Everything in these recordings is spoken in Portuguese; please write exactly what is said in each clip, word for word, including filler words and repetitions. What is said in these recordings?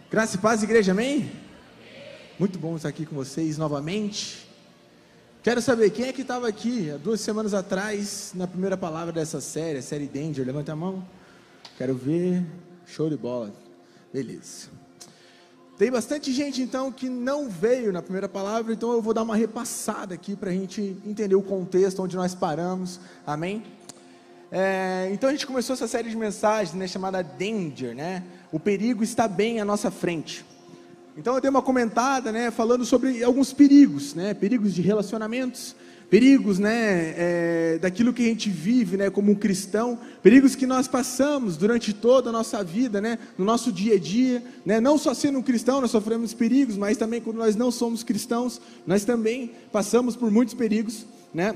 Graça e paz, igreja, amém? Muito bom estar aqui com vocês novamente. Quero saber, quem é que estava aqui há duas semanas atrás, na primeira palavra dessa série, a série Danger? Levanta a mão. Quero ver. Show de bola. Beleza. Tem bastante gente, então, que não veio na primeira palavra, então eu vou dar uma repassada aqui para a gente entender o contexto onde nós paramos. Amém? É, então a gente começou essa série de mensagens, né, chamada Danger, né? O perigo está bem à nossa frente. Então eu dei uma comentada, né, falando sobre alguns perigos, né, perigos de relacionamentos, perigos, né, é, daquilo que a gente vive, né, como um cristão, perigos que nós passamos durante toda a nossa vida, né, no nosso dia a dia, né, não só sendo um cristão nós sofremos perigos, mas também quando nós não somos cristãos, nós também passamos por muitos perigos, né,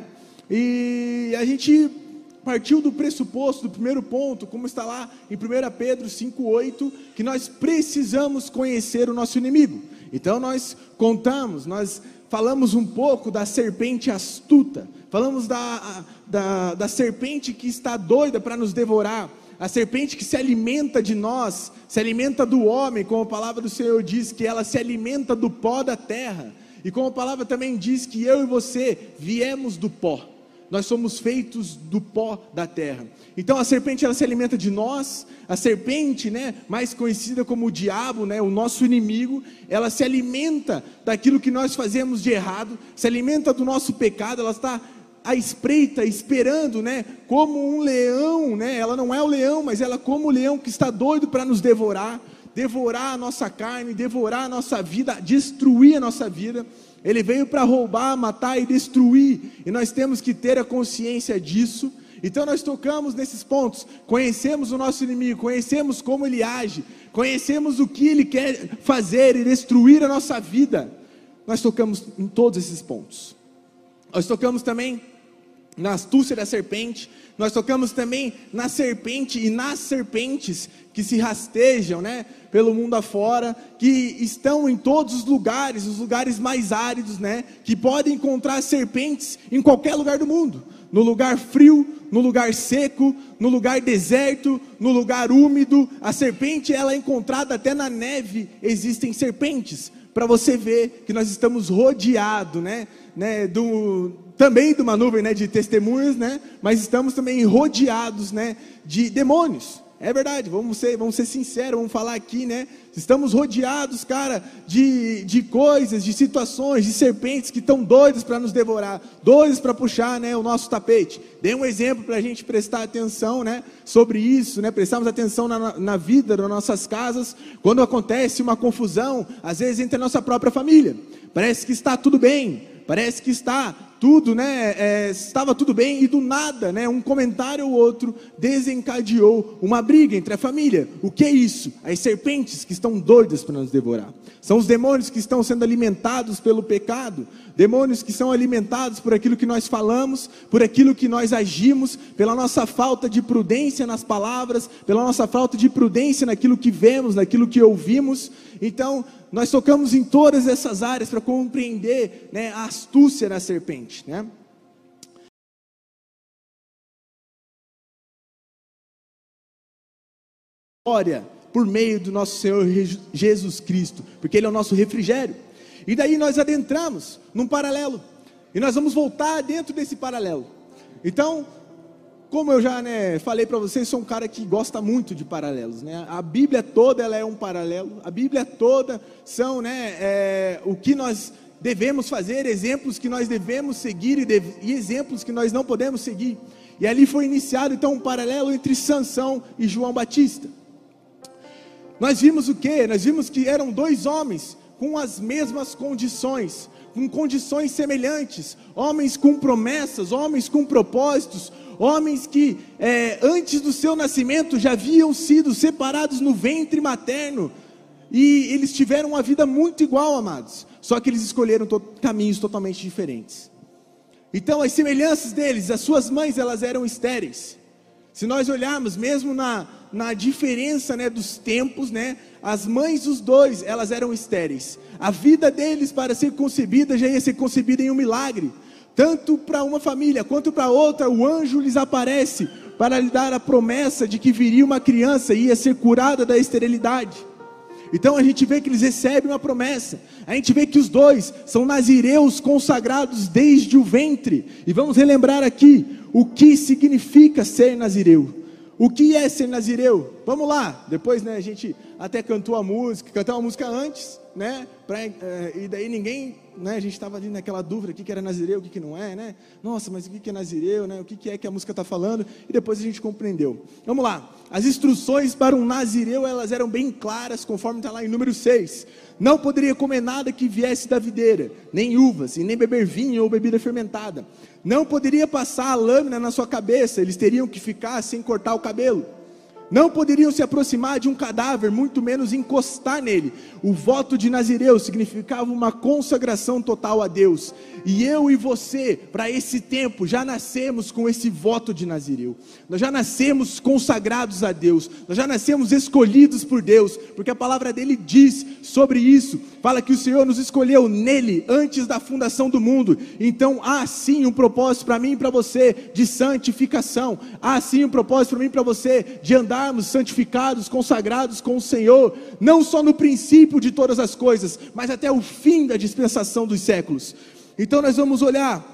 e a gente partiu do pressuposto, do primeiro ponto, como está lá em primeira Pedro cinco, oito, que nós precisamos conhecer o nosso inimigo. Então nós contamos, nós falamos um pouco da serpente astuta, falamos da, da, da serpente que está doida para nos devorar, a serpente que se alimenta de nós, se alimenta do homem, como a palavra do Senhor diz, que ela se alimenta do pó da terra, e como a palavra também diz que eu e você viemos do pó. Nós somos feitos do pó da terra. Então a serpente, ela se alimenta de nós. A serpente, né, mais conhecida como o diabo, né, o nosso inimigo, ela se alimenta daquilo que nós fazemos de errado, se alimenta do nosso pecado. Ela está à espreita, esperando, né, como um leão, né, ela não é o leão, mas ela como o leão que está doido para nos devorar, devorar a nossa carne, devorar a nossa vida, destruir a nossa vida. Ele veio para roubar, matar e destruir, e nós temos que ter a consciência disso. Então nós tocamos nesses pontos, conhecemos o nosso inimigo, conhecemos como ele age, conhecemos o que ele quer fazer e destruir a nossa vida. Nós tocamos em todos esses pontos. Nós tocamos também na astúcia da serpente, nós tocamos também na serpente e nas serpentes que se rastejam, né, pelo mundo afora, que estão em todos os lugares, os lugares mais áridos, né, que podem encontrar serpentes em qualquer lugar do mundo, no lugar frio, no lugar seco, no lugar deserto, no lugar úmido. A serpente, ela é encontrada até na neve, existem serpentes, para você ver que nós estamos rodeados, né, né, do... também de uma nuvem, né, de testemunhas, né, mas estamos também rodeados, né, de demônios. É verdade, vamos ser, vamos ser sinceros, vamos falar aqui, né, estamos rodeados, cara, de, de coisas, de situações, de serpentes que estão doidas para nos devorar, doidas para puxar, né, o nosso tapete. Dê um exemplo para a gente prestar atenção, né, sobre isso, né, prestarmos atenção na, na vida das nossas casas, quando acontece uma confusão, às vezes entre a nossa própria família, parece que está tudo bem, parece que está tudo, né, é, estava tudo bem, e do nada, né, um comentário ou outro desencadeou uma briga entre a família. O que é isso? As serpentes que estão doidas para nos devorar. São os demônios que estão sendo alimentados pelo pecado, demônios que são alimentados por aquilo que nós falamos, por aquilo que nós agimos, pela nossa falta de prudência nas palavras, pela nossa falta de prudência naquilo que vemos, naquilo que ouvimos. Então, nós tocamos em todas essas áreas para compreender, né, a astúcia da serpente, né? Glória por meio do nosso Senhor Jesus Cristo, porque Ele é o nosso refrigério. E daí nós adentramos num paralelo, e nós vamos voltar dentro desse paralelo. Então, como eu já, né, falei para vocês, sou um cara que gosta muito de paralelos, né? A Bíblia toda, ela é um paralelo. A Bíblia toda são, né, é, o que nós devemos fazer, exemplos que nós devemos seguir e, deve, e exemplos que nós não podemos seguir. E ali foi iniciado então um paralelo entre Sansão e João Batista. Nós vimos o quê? Nós vimos que eram dois homens com as mesmas condições, com condições semelhantes, homens com promessas, homens com propósitos, homens que é, antes do seu nascimento já haviam sido separados no ventre materno, e eles tiveram uma vida muito igual, amados, só que eles escolheram to- caminhos totalmente diferentes. Então as semelhanças deles, as suas mães, elas eram estéreis. Se nós olharmos mesmo na, na diferença, né, dos tempos, né, as mães dos dois, elas eram estéreis. A vida deles para ser concebida já ia ser concebida em um milagre. Tanto para uma família quanto para outra, o anjo lhes aparece para lhe dar a promessa de que viria uma criança e ia ser curada da esterilidade. Então a gente vê que eles recebem uma promessa. A gente vê que os dois são nazireus consagrados desde o ventre. E vamos relembrar aqui o que significa ser nazireu. O que é ser nazireu? Vamos lá. Depois, né, a gente até cantou a música, cantou uma música antes, né? Pra, é, e daí ninguém, né? A gente estava ali naquela dúvida, o que, que era nazireu, o que, que não é, né? Nossa, mas o que, que é nazireu, né? O que, que é que a música está falando? E depois a gente compreendeu. Vamos lá. As instruções para um nazireu, elas eram bem claras, conforme está lá em número seis. Não poderia comer nada que viesse da videira, nem uvas, e nem beber vinho ou bebida fermentada. Não poderia passar a lâmina na sua cabeça, eles teriam que ficar sem cortar o cabelo. Não poderiam se aproximar de um cadáver, muito menos encostar nele. O voto de nazireu significava uma consagração total a Deus. E eu e você, para esse tempo, já nascemos com esse voto de nazireu. Nós já nascemos consagrados a Deus. Nós já nascemos escolhidos por Deus, porque a palavra dele diz sobre isso. Fala que o Senhor nos escolheu nele, antes da fundação do mundo. Então há sim um propósito para mim e para você, de santificação. Há sim um propósito para mim e para você, de andarmos santificados, consagrados com o Senhor. Não só no princípio de todas as coisas, mas até o fim da dispensação dos séculos. Então nós vamos olhar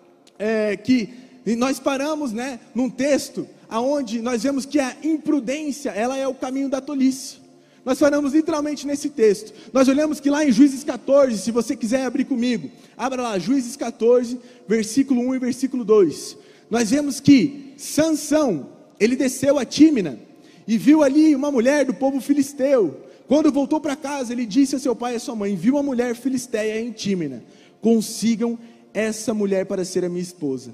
é, que nós paramos, né, num texto aonde nós vemos que a imprudência, ela é o caminho da tolice. Nós paramos literalmente nesse texto. Nós olhamos que lá em Juízes catorze, se você quiser abrir comigo, abra lá, Juízes catorze, versículo um e versículo dois. Nós vemos que Sansão, ele desceu a Tímina e viu ali uma mulher do povo filisteu. Quando voltou para casa, ele disse a seu pai e a sua mãe: viu uma mulher filisteia em Tímina, consigam essa mulher para ser a minha esposa.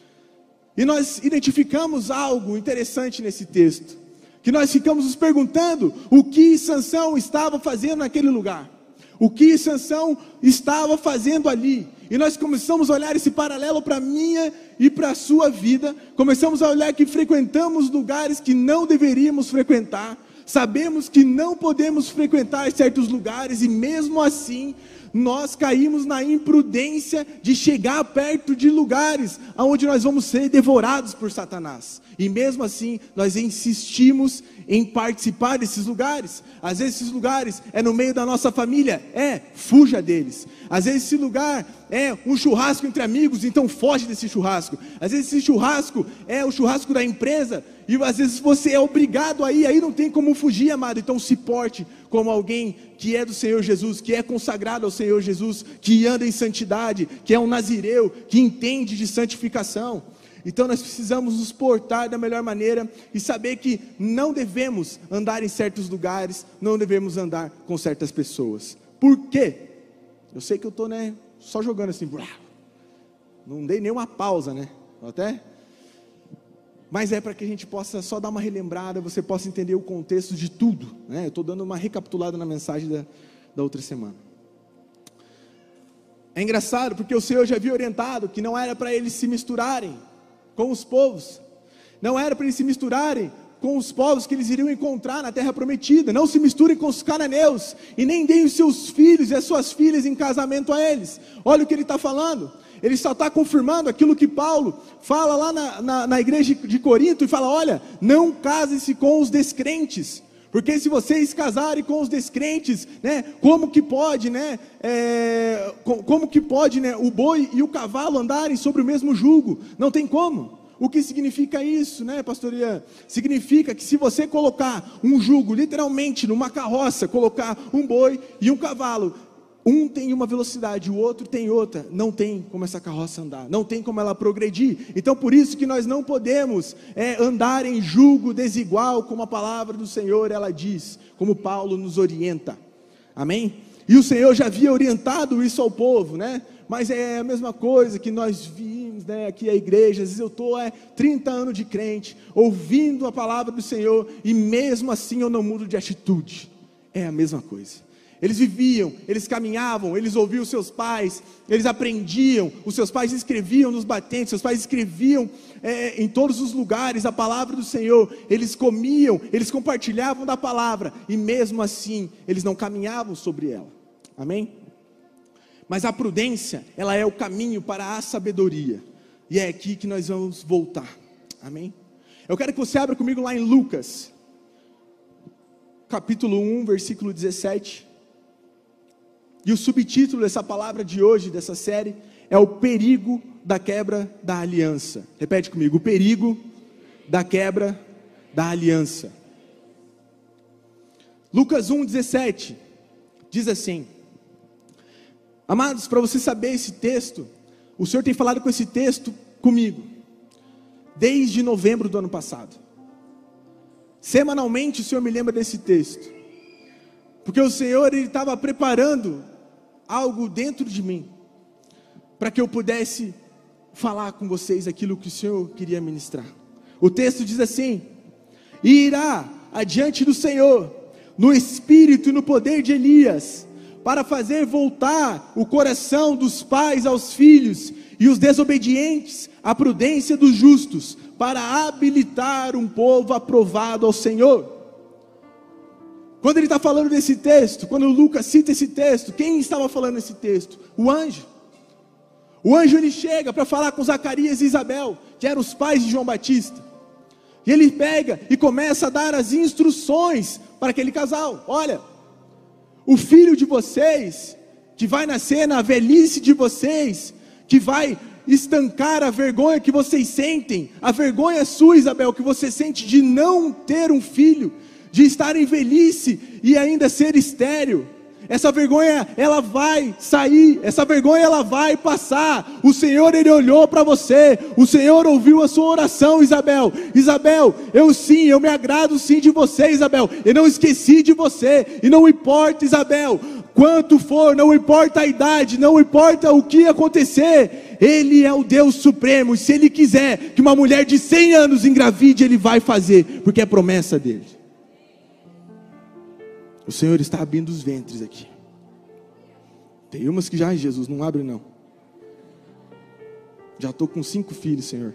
E nós identificamos algo interessante nesse texto, que nós ficamos nos perguntando o que Sansão estava fazendo naquele lugar, o que Sansão estava fazendo ali. E nós começamos a olhar esse paralelo para a minha e para a sua vida. Começamos a olhar que frequentamos lugares que não deveríamos frequentar, sabemos que não podemos frequentar certos lugares, e mesmo assim nós caímos na imprudência de chegar perto de lugares onde nós vamos ser devorados por Satanás. E mesmo assim nós insistimos em participar desses lugares. Às vezes esses lugares é no meio da nossa família, é, fuja deles. Às vezes esse lugar é um churrasco entre amigos, então foge desse churrasco. Às vezes esse churrasco é o churrasco da empresa, e às vezes você é obrigado a ir, aí não tem como fugir, amado. Então se porte como alguém que é do Senhor Jesus, que é consagrado ao Senhor Jesus, que anda em santidade, que é um nazireu, que entende de santificação. Então nós precisamos nos portar da melhor maneira e saber que não devemos andar em certos lugares, não devemos andar com certas pessoas. Por quê? Eu sei que eu estou, né, só jogando assim, não dei nenhuma pausa, né, até... Mas é para que a gente possa só dar uma relembrada, você possa entender o contexto de tudo, né? Eu estou dando uma recapitulada na mensagem da, da outra semana. É engraçado porque o Senhor já havia orientado que não era para eles se misturarem com os povos, não era para eles se misturarem com os povos que eles iriam encontrar na terra prometida. Não se misturem com os cananeus, e nem deem os seus filhos e as suas filhas em casamento a eles. Olha o que ele está falando. Ele só está confirmando aquilo que Paulo fala lá na, na, na igreja de Corinto, e fala: olha, não casem-se com os descrentes, porque se vocês casarem com os descrentes, né, como que pode, né, é, como que pode, né, o boi e o cavalo andarem sobre o mesmo jugo? Não tem como. O que significa isso, né, pastor Ian? Significa que se você colocar um jugo, literalmente numa carroça, colocar um boi e um cavalo, um tem uma velocidade, o outro tem outra, não tem como essa carroça andar, não tem como ela progredir. Então por isso que nós não podemos é, andar em jugo desigual, como a palavra do Senhor ela diz, como Paulo nos orienta, amém? E o Senhor já havia orientado isso ao povo, né? Mas é a mesma coisa que nós vimos, né, aqui a igreja. Às vezes eu estou há trinta anos de crente, ouvindo a palavra do Senhor, e mesmo assim eu não mudo de atitude. É a mesma coisa. Eles viviam, eles caminhavam, eles ouviam seus pais, eles aprendiam, os seus pais escreviam nos batentes, seus pais escreviam é, em todos os lugares a palavra do Senhor, eles comiam, eles compartilhavam da palavra, e mesmo assim, eles não caminhavam sobre ela, amém? Mas a prudência, ela é o caminho para a sabedoria, e é aqui que nós vamos voltar, amém? Eu quero que você abra comigo lá em Lucas, capítulo um, versículo dezessete. E o subtítulo dessa palavra de hoje, dessa série, é o perigo da quebra da aliança. Repete comigo: o perigo da quebra da aliança. Lucas um, dezessete, diz assim: amados, para você saber esse texto, o Senhor tem falado com esse texto comigo, desde novembro do ano passado. Semanalmente o Senhor me lembra desse texto, porque o Senhor estava preparando algo dentro de mim, para que eu pudesse falar com vocês aquilo que o Senhor queria ministrar. O texto diz assim: e irá adiante do Senhor, no espírito e no poder de Elias, para fazer voltar o coração dos pais aos filhos, e os desobedientes à prudência dos justos, para habilitar um povo aprovado ao Senhor. Quando ele está falando desse texto, quando o Lucas cita esse texto, quem estava falando esse texto? O anjo. O anjo ele chega para falar com Zacarias e Isabel, que eram os pais de João Batista. E ele pega e começa a dar as instruções para aquele casal. Olha, o filho de vocês, que vai nascer na velhice de vocês, que vai estancar a vergonha que vocês sentem, a vergonha sua, Isabel, que você sente de não ter um filho, de estar em velhice e ainda ser estéril. Essa vergonha, ela vai sair, essa vergonha, ela vai passar. O Senhor, Ele olhou para você, o Senhor ouviu a sua oração, Isabel. Isabel, eu sim, eu me agrado sim de você, Isabel. Eu não esqueci de você, e não importa, Isabel, quanto for, não importa a idade, não importa o que acontecer, Ele é o Deus supremo, e se Ele quiser que uma mulher de cem anos engravide, Ele vai fazer, porque é promessa dEle. O Senhor está abrindo os ventres aqui. Tem umas que já, ai, Jesus, não abre não. Já estou com cinco filhos, Senhor.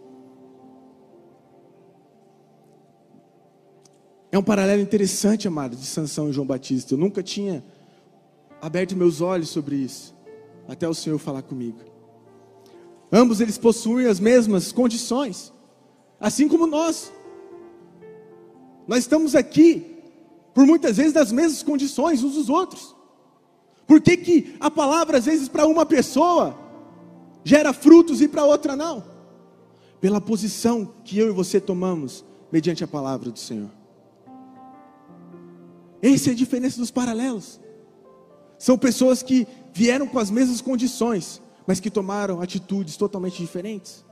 É um paralelo interessante, amado, de Sansão e João Batista. Eu nunca tinha aberto meus olhos sobre isso, até o Senhor falar comigo. Ambos eles possuem as mesmas condições, assim como nós. Nós estamos aqui por muitas vezes das mesmas condições uns dos outros. Por que que a palavra às vezes para uma pessoa gera frutos e para outra não? Pela posição que eu e você tomamos mediante a palavra do Senhor. Essa é a diferença dos paralelos. São pessoas que vieram com as mesmas condições, mas que tomaram atitudes totalmente diferentes.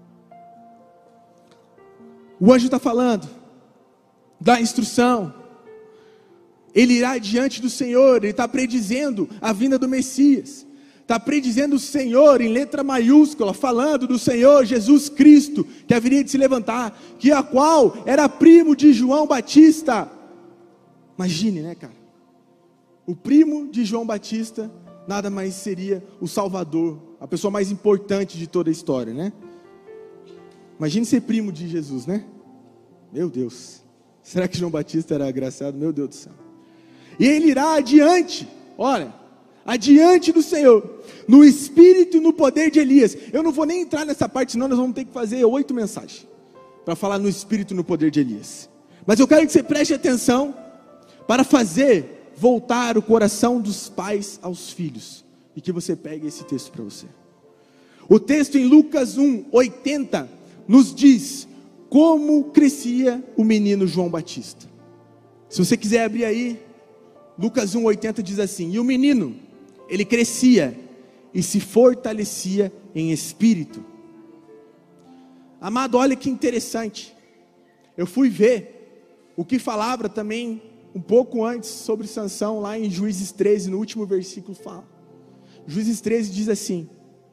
O anjo está falando da instrução. Ele irá diante do Senhor, ele está predizendo a vinda do Messias, está predizendo o Senhor em letra maiúscula, falando do Senhor Jesus Cristo, que haveria de se levantar, que a qual era primo de João Batista. Imagine, né, cara? O primo de João Batista, nada mais seria o Salvador, a pessoa mais importante de toda a história, né? Imagine ser primo de Jesus, né? Meu Deus, será que João Batista era agraciado? Meu Deus do céu. E ele irá adiante, olha, adiante do Senhor, no espírito e no poder de Elias. Eu não vou nem entrar nessa parte, senão nós vamos ter que fazer oito mensagens para falar no espírito e no poder de Elias. Mas eu quero que você preste atenção para fazer voltar o coração dos pais aos filhos, e que você pegue esse texto para você. O texto em Lucas um, oitenta nos diz como crescia o menino João Batista. Se você quiser abrir aí, Lucas um, oitenta diz assim: e o menino, ele crescia e se fortalecia em espírito. Amado, olha que interessante. Eu fui ver o que falava também um pouco antes sobre Sansão, lá em Juízes treze, no último versículo fala. Juízes treze diz assim: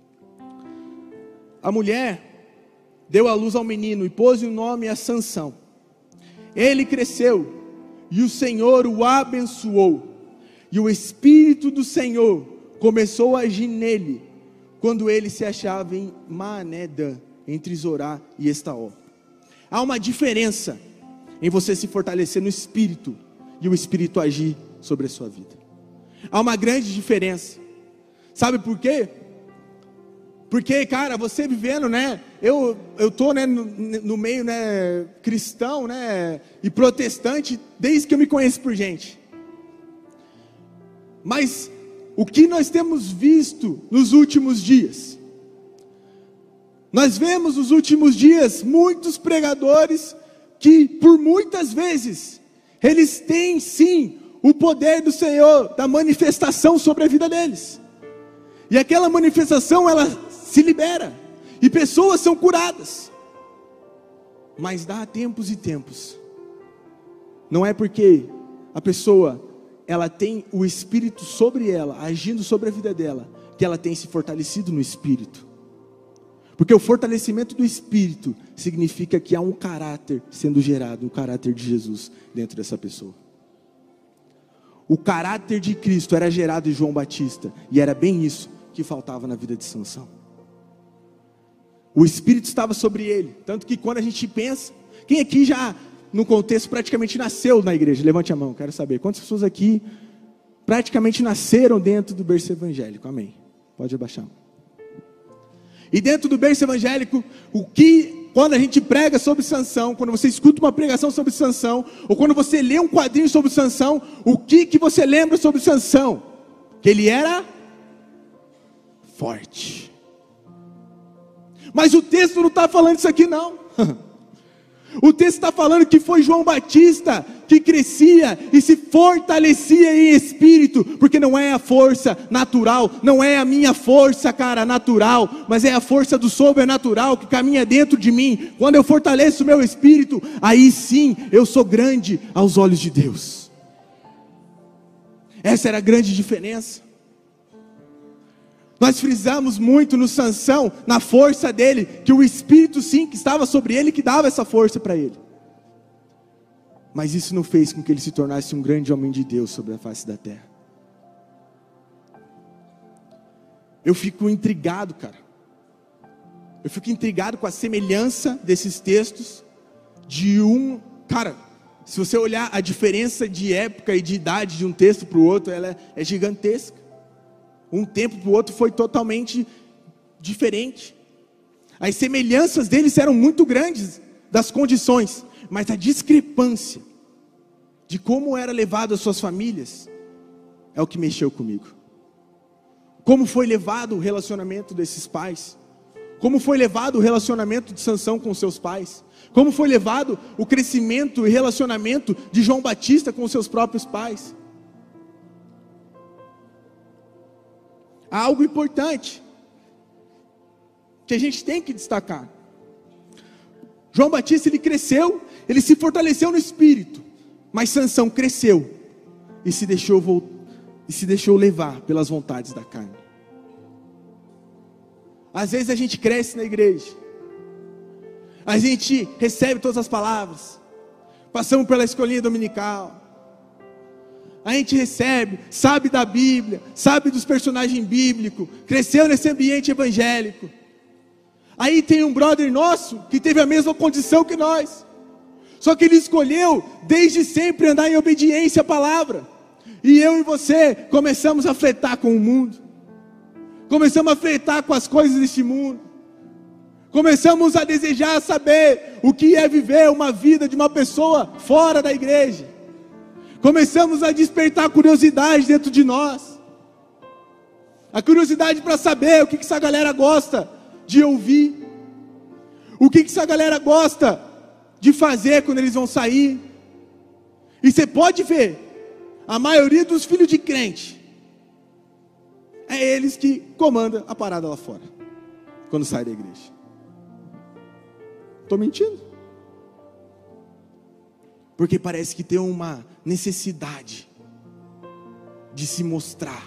a mulher deu à luz ao menino e pôs o nome a Sansão. Ele cresceu e o Senhor o abençoou, e o Espírito do Senhor começou a agir nele, quando ele se achava em Maanedã, entre Zorá e Estaol. Há uma diferença em você se fortalecer no Espírito, e o Espírito agir sobre a sua vida. Há uma grande diferença. Sabe por quê? Porque, cara, você vivendo, né, eu, eu tô, né, no, no meio, né, cristão, né, e protestante, desde que eu me conheço por gente. Mas, o que nós temos visto nos últimos dias? Nós vemos nos últimos dias, muitos pregadores, que por muitas vezes, eles têm sim, o poder do Senhor, da manifestação sobre a vida deles. E aquela manifestação, ela se libera, e pessoas são curadas, mas dá tempos e tempos. Não é porque a pessoa, ela tem o Espírito sobre ela, agindo sobre a vida dela, que ela tem se fortalecido no Espírito. Porque o fortalecimento do Espírito significa que há um caráter sendo gerado, o caráter de Jesus dentro dessa pessoa. O caráter de Cristo era gerado em João Batista, e era bem isso que faltava na vida de Sansão. O Espírito estava sobre ele, tanto que quando a gente pensa, quem aqui já, no contexto, praticamente nasceu na igreja? Levante a mão, quero saber, quantas pessoas aqui praticamente nasceram dentro do berço evangélico? Amém, pode abaixar. E dentro do berço evangélico, o que, quando a gente prega sobre Sansão, quando você escuta uma pregação sobre Sansão, ou quando você lê um quadrinho sobre Sansão, o que que você lembra sobre Sansão? Que ele era forte. Mas o texto não está falando isso aqui não. O texto está falando que foi João Batista que crescia e se fortalecia em espírito, porque não é a força natural, não é a minha força, cara, natural, mas é a força do sobrenatural que caminha dentro de mim. Quando eu fortaleço o meu espírito, aí sim eu sou grande aos olhos de Deus. Essa era a grande diferença. Nós frisamos muito no Sansão, na força dele, que o Espírito sim, que estava sobre ele, que dava essa força para ele. Mas isso não fez com que ele se tornasse um grande homem de Deus sobre a face da terra. Eu fico intrigado, cara. Eu fico intrigado com a semelhança desses textos de um... Cara, se você olhar a diferença de época e de idade de um texto para o outro, ela é gigantesca. Um tempo para o outro foi totalmente diferente. As semelhanças deles eram muito grandes, das condições, mas a discrepância de como era levado as suas famílias é o que mexeu comigo. Como foi levado o relacionamento desses pais, como foi levado o relacionamento de Sansão com seus pais, como foi levado o crescimento e relacionamento de João Batista com seus próprios pais. Há algo importante que a gente tem que destacar. João Batista, ele cresceu, ele se fortaleceu no espírito, mas Sansão cresceu e se deixou, e se deixou levar pelas vontades da carne. Às vezes a gente cresce na igreja, a gente recebe todas as palavras, passamos pela escolinha dominical, a gente recebe, sabe da Bíblia, sabe dos personagens bíblicos, cresceu nesse ambiente evangélico. Aí tem um brother nosso que teve a mesma condição que nós, só que ele escolheu desde sempre andar em obediência à palavra. E eu e você começamos a fletar com o mundo, começamos a fletar com as coisas deste mundo, começamos a desejar saber o que é viver uma vida de uma pessoa fora da igreja. Começamos a despertar curiosidade dentro de nós, a curiosidade para saber o que, que essa galera gosta de ouvir, o que, que essa galera gosta de fazer quando eles vão sair. E você pode ver, a maioria dos filhos de crente, é eles que comandam a parada lá fora, quando sai da igreja. Estou mentindo? Porque parece que tem uma necessidade de se mostrar,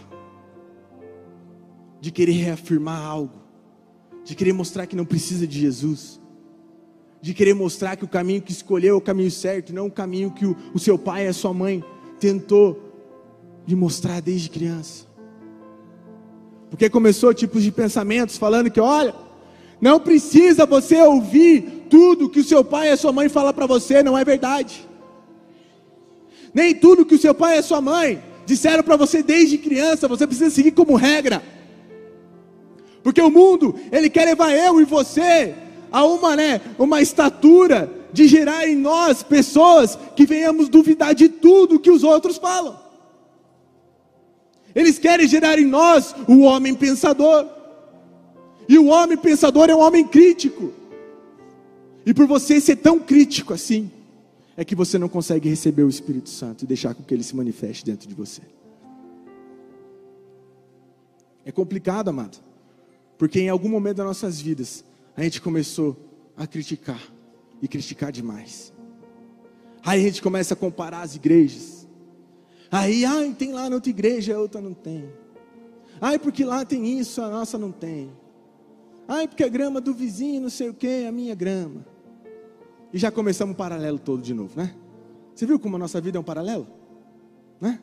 de querer reafirmar algo, de querer mostrar que não precisa de Jesus, de querer mostrar que o caminho que escolheu é o caminho certo, não o caminho que o, o seu pai e a sua mãe tentou lhe mostrar desde criança. Porque começou tipos de pensamentos falando que, olha, não precisa você ouvir tudo que o seu pai e a sua mãe falam para você, não é verdade. Nem tudo que o seu pai e a sua mãe disseram para você desde criança, você precisa seguir como regra. Porque o mundo, ele quer levar eu e você a uma, né, uma estatura de gerar em nós pessoas que venhamos duvidar de tudo que os outros falam. Eles querem gerar em nós o homem pensador. E o homem pensador é um homem crítico. E por você ser tão crítico assim, é que você não consegue receber o Espírito Santo e deixar com que ele se manifeste dentro de você. É complicado, amado. Porque em algum momento das nossas vidas, a gente começou a criticar. E criticar demais. Aí a gente começa a comparar as igrejas. Aí, ai, tem lá na outra igreja, a outra não tem. Ai, porque lá tem isso, a nossa não tem. Ai, porque a grama do vizinho, não sei o que, a minha grama. E já começamos um paralelo todo de novo, né? Você viu como a nossa vida é um paralelo? Né?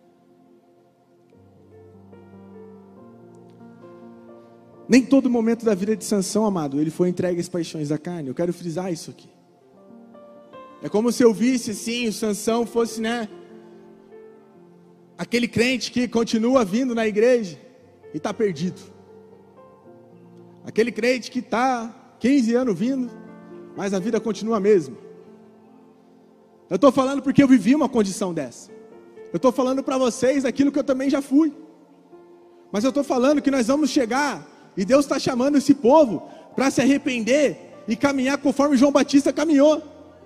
Nem todo momento da vida de Sansão, amado, ele foi entregue às paixões da carne. Eu quero frisar isso aqui. É como se eu visse, assim, o Sansão fosse, né, aquele crente que continua vindo na igreja e está perdido. Aquele crente que está quinze anos vindo, mas a vida continua a mesma. Eu estou falando porque eu vivi uma condição dessa. Eu estou falando para vocês aquilo que eu também já fui. Mas eu estou falando que nós vamos chegar... E Deus está chamando esse povo para se arrepender e caminhar conforme João Batista caminhou.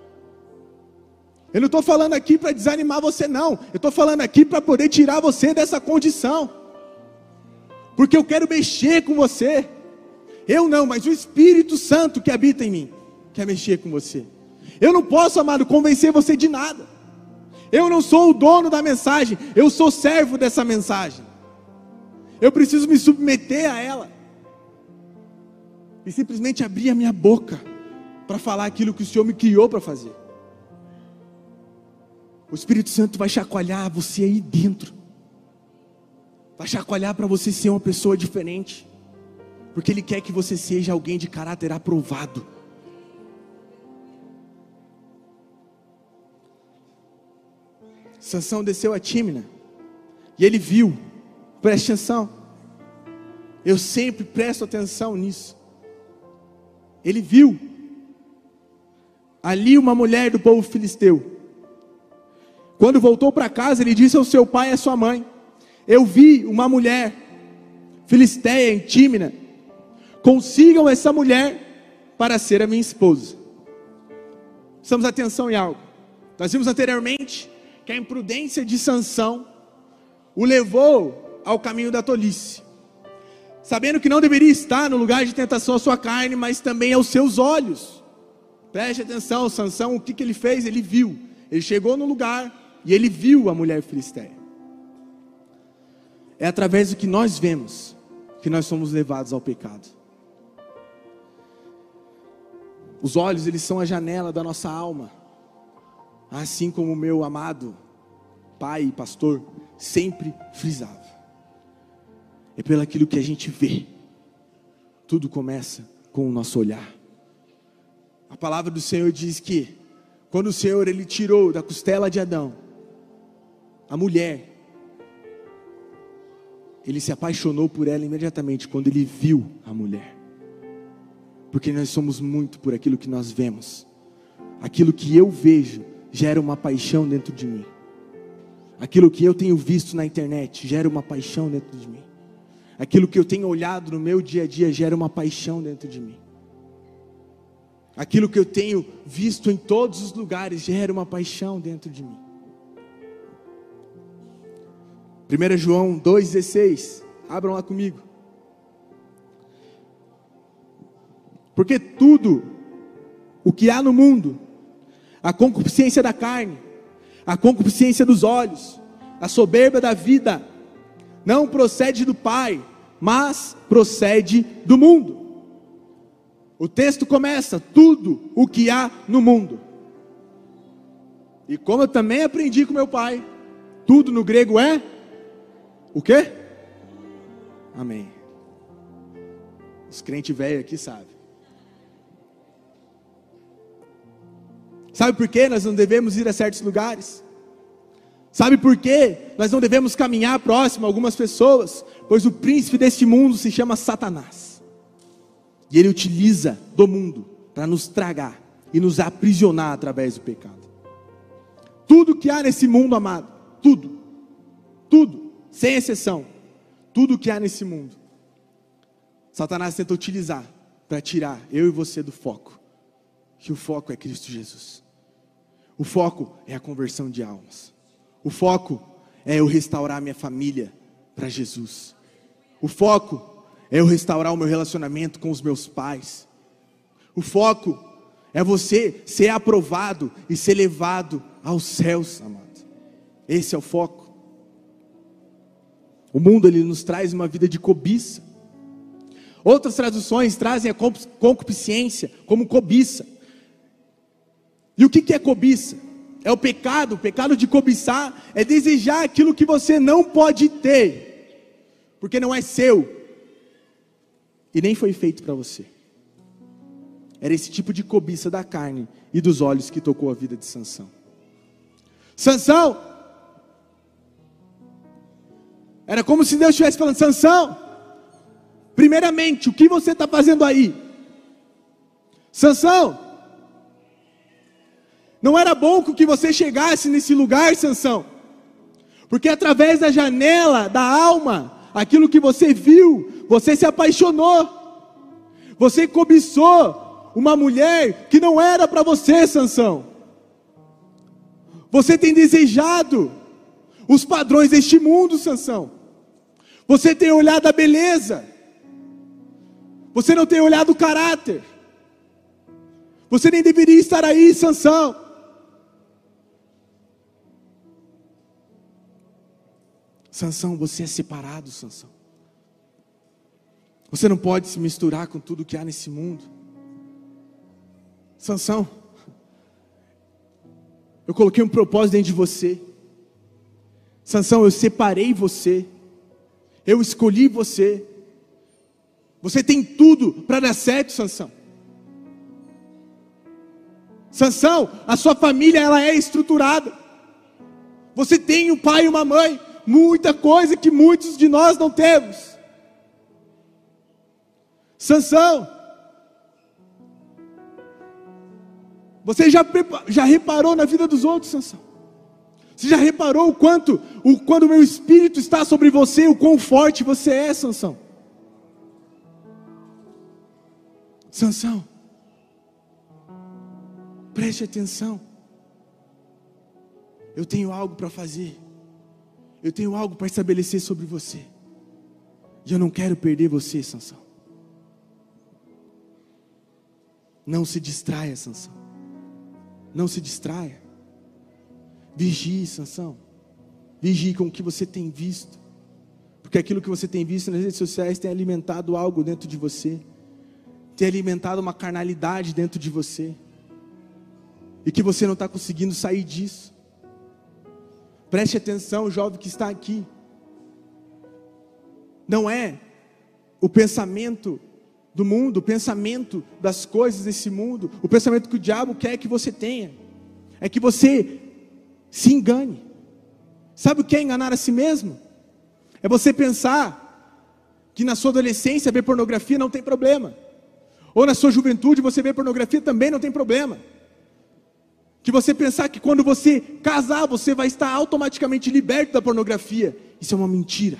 Eu não estou falando aqui para desanimar você não. Eu estou falando aqui para poder tirar você dessa condição. Porque eu quero mexer com você. Eu não, mas o Espírito Santo que habita em mim quer mexer com você. Eu não posso, amado, convencer você de nada. Eu não sou o dono da mensagem. Eu sou servo dessa mensagem. Eu preciso me submeter a ela. E simplesmente abrir a minha boca para falar aquilo que o Senhor me criou para fazer. O Espírito Santo vai chacoalhar você aí dentro. Vai chacoalhar para você ser uma pessoa diferente. Porque Ele quer que você seja alguém de caráter aprovado. Sansão desceu a Tímina. E ele viu. Preste atenção. Eu sempre presto atenção nisso. Ele viu ali uma mulher do povo filisteu. Quando voltou para casa, ele disse ao seu pai e à sua mãe: eu vi uma mulher filisteia em Tímina. Consigam essa mulher para ser a minha esposa. Prestamos atenção em algo. Nós vimos anteriormente que a imprudência de Sansão o levou ao caminho da tolice. Sabendo que não deveria estar no lugar de tentação à sua carne, mas também aos seus olhos. Preste atenção, Sansão, o que, que ele fez? Ele viu. Ele chegou no lugar e ele viu a mulher filisteia. É através do que nós vemos que nós somos levados ao pecado. Os olhos, eles são a janela da nossa alma. Assim como o meu amado pai e pastor sempre frisava. É pelo aquilo que a gente vê. Tudo começa com o nosso olhar. A palavra do Senhor diz que quando o Senhor ele tirou da costela de Adão a mulher, ele se apaixonou por ela imediatamente quando ele viu a mulher. Porque nós somos muito por aquilo que nós vemos. Aquilo que eu vejo gera uma paixão dentro de mim. Aquilo que eu tenho visto na internet gera uma paixão dentro de mim. Aquilo que eu tenho olhado no meu dia a dia gera uma paixão dentro de mim. Aquilo que eu tenho visto em todos os lugares gera uma paixão dentro de mim. primeiro João dois dezesseis, abram lá comigo. Porque tudo o que há no mundo, a concupiscência da carne, a concupiscência dos olhos, a soberba da vida, não procede do Pai, mas procede do mundo. O texto começa, tudo o que há no mundo. E como eu também aprendi com meu pai, tudo no grego é o quê? Amém. Os crentes velhos aqui sabem. Sabe por que nós não devemos ir a certos lugares? Sabe por quê? Nós não devemos caminhar próximo a algumas pessoas, pois o príncipe deste mundo se chama Satanás. E ele utiliza do mundo para nos tragar e nos aprisionar através do pecado. Tudo que há nesse mundo, amado, tudo, tudo, sem exceção, tudo que há nesse mundo, Satanás tenta utilizar para tirar eu e você do foco, que o foco é Cristo Jesus. O foco é a conversão de almas. O foco é eu restaurar minha família para Jesus. O foco é eu restaurar o meu relacionamento com os meus pais. O foco é você ser aprovado e ser levado aos céus, amado. Esse é o foco. O mundo, ele nos traz uma vida de cobiça. Outras traduções trazem a concupiscência como cobiça. E o que é cobiça? É o pecado. O pecado de cobiçar é desejar aquilo que você não pode ter, porque não é seu e nem foi feito para você. Era esse tipo de cobiça da carne e dos olhos que tocou a vida de Sansão. Sansão, era como se Deus estivesse falando: Sansão, primeiramente, o que você está fazendo aí? Sansão, não era bom que você chegasse nesse lugar, Sansão, porque através da janela da alma, aquilo que você viu, você se apaixonou, você cobiçou uma mulher que não era para você, Sansão. Você tem desejado os padrões deste mundo, Sansão. Você tem olhado a beleza, você não tem olhado o caráter. Você nem deveria estar aí, Sansão. Sansão, você é separado, Sansão. Você não pode se misturar com tudo que há nesse mundo. Sansão, eu coloquei um propósito dentro de você. Sansão, eu separei você. Eu escolhi você. Você tem tudo para dar certo, Sansão. Sansão, a sua família, ela é estruturada. Você tem um pai e uma mãe. Muita coisa que muitos de nós não temos. Sansão, você já, já reparou na vida dos outros, Sansão? Você já reparou o quanto, o, quando o meu espírito está sobre você, o quão forte você é, Sansão? Sansão, preste atenção. Eu tenho algo para fazer. Eu tenho algo para estabelecer sobre você. E eu não quero perder você, Sansão. Não se distraia, Sansão. Não se distraia. Vigie, Sansão. Vigie com o que você tem visto. Porque aquilo que você tem visto nas redes sociais tem alimentado algo dentro de você. Tem alimentado uma carnalidade dentro de você. E que você não está conseguindo sair disso. Preste atenção, jovem que está aqui. Não é o pensamento do mundo, o pensamento das coisas desse mundo, o pensamento que o diabo quer que você tenha, é que você se engane. Sabe o que é enganar a si mesmo? É você pensar que na sua adolescência ver pornografia não tem problema, ou na sua juventude você ver pornografia também não tem problema. Que você pensar que quando você casar, você vai estar automaticamente liberto da pornografia. Isso é uma mentira.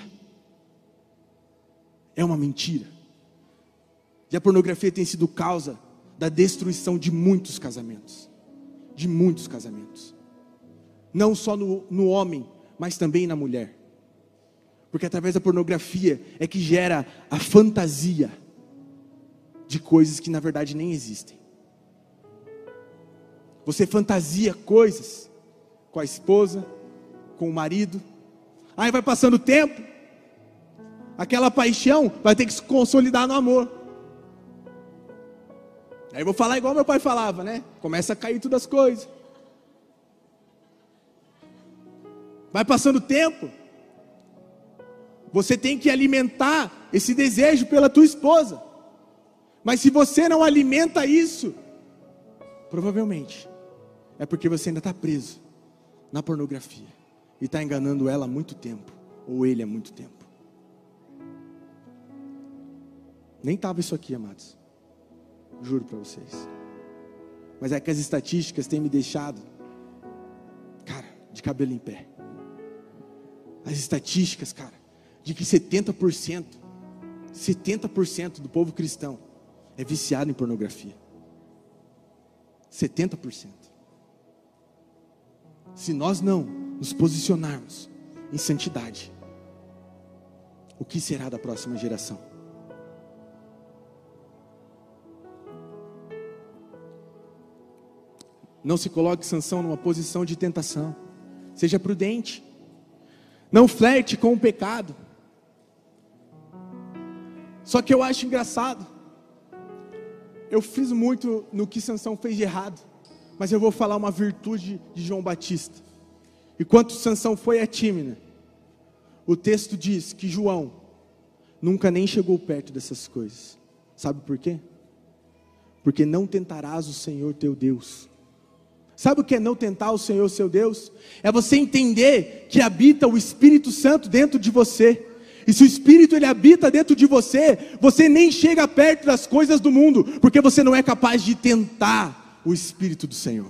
É uma mentira. E a pornografia tem sido causa da destruição de muitos casamentos. De muitos casamentos. Não só no, no homem, mas também na mulher. Porque através da pornografia é que gera a fantasia de coisas que na verdade nem existem. Você fantasia coisas com a esposa, com o marido. Aí vai passando o tempo, aquela paixão vai ter que se consolidar no amor. Aí eu vou falar igual meu pai falava, né? Começa a cair todas as coisas. Vai passando o tempo, você tem que alimentar esse desejo pela tua esposa. Mas se você não alimenta isso, provavelmente é porque você ainda está preso na pornografia. e está enganando ela há muito tempo, ou ele há muito tempo. Nem estava isso aqui, amados, juro para vocês. Mas é que as estatísticas têm me deixado, cara, de cabelo em pé. As estatísticas, cara, de que setenta por cento, setenta por cento do povo cristão é viciado em pornografia. setenta por cento. Se nós não nos posicionarmos em santidade, o que será da próxima geração? Não se coloque, Sansão, numa posição de tentação. Seja prudente. Não flerte com o pecado. Só que eu acho engraçado. Eu fiz muito no que Sansão fez de errado, mas eu vou falar uma virtude de João Batista. Enquanto Sansão foi a Tímina, o texto diz que João nunca nem chegou perto dessas coisas. Sabe por quê? Porque não tentarás o Senhor teu Deus. Sabe o que é não tentar o Senhor seu Deus? É você entender que habita o Espírito Santo dentro de você. E se o Espírito ele habita dentro de você, você nem chega perto das coisas do mundo, porque você não é capaz de tentar o Espírito do Senhor.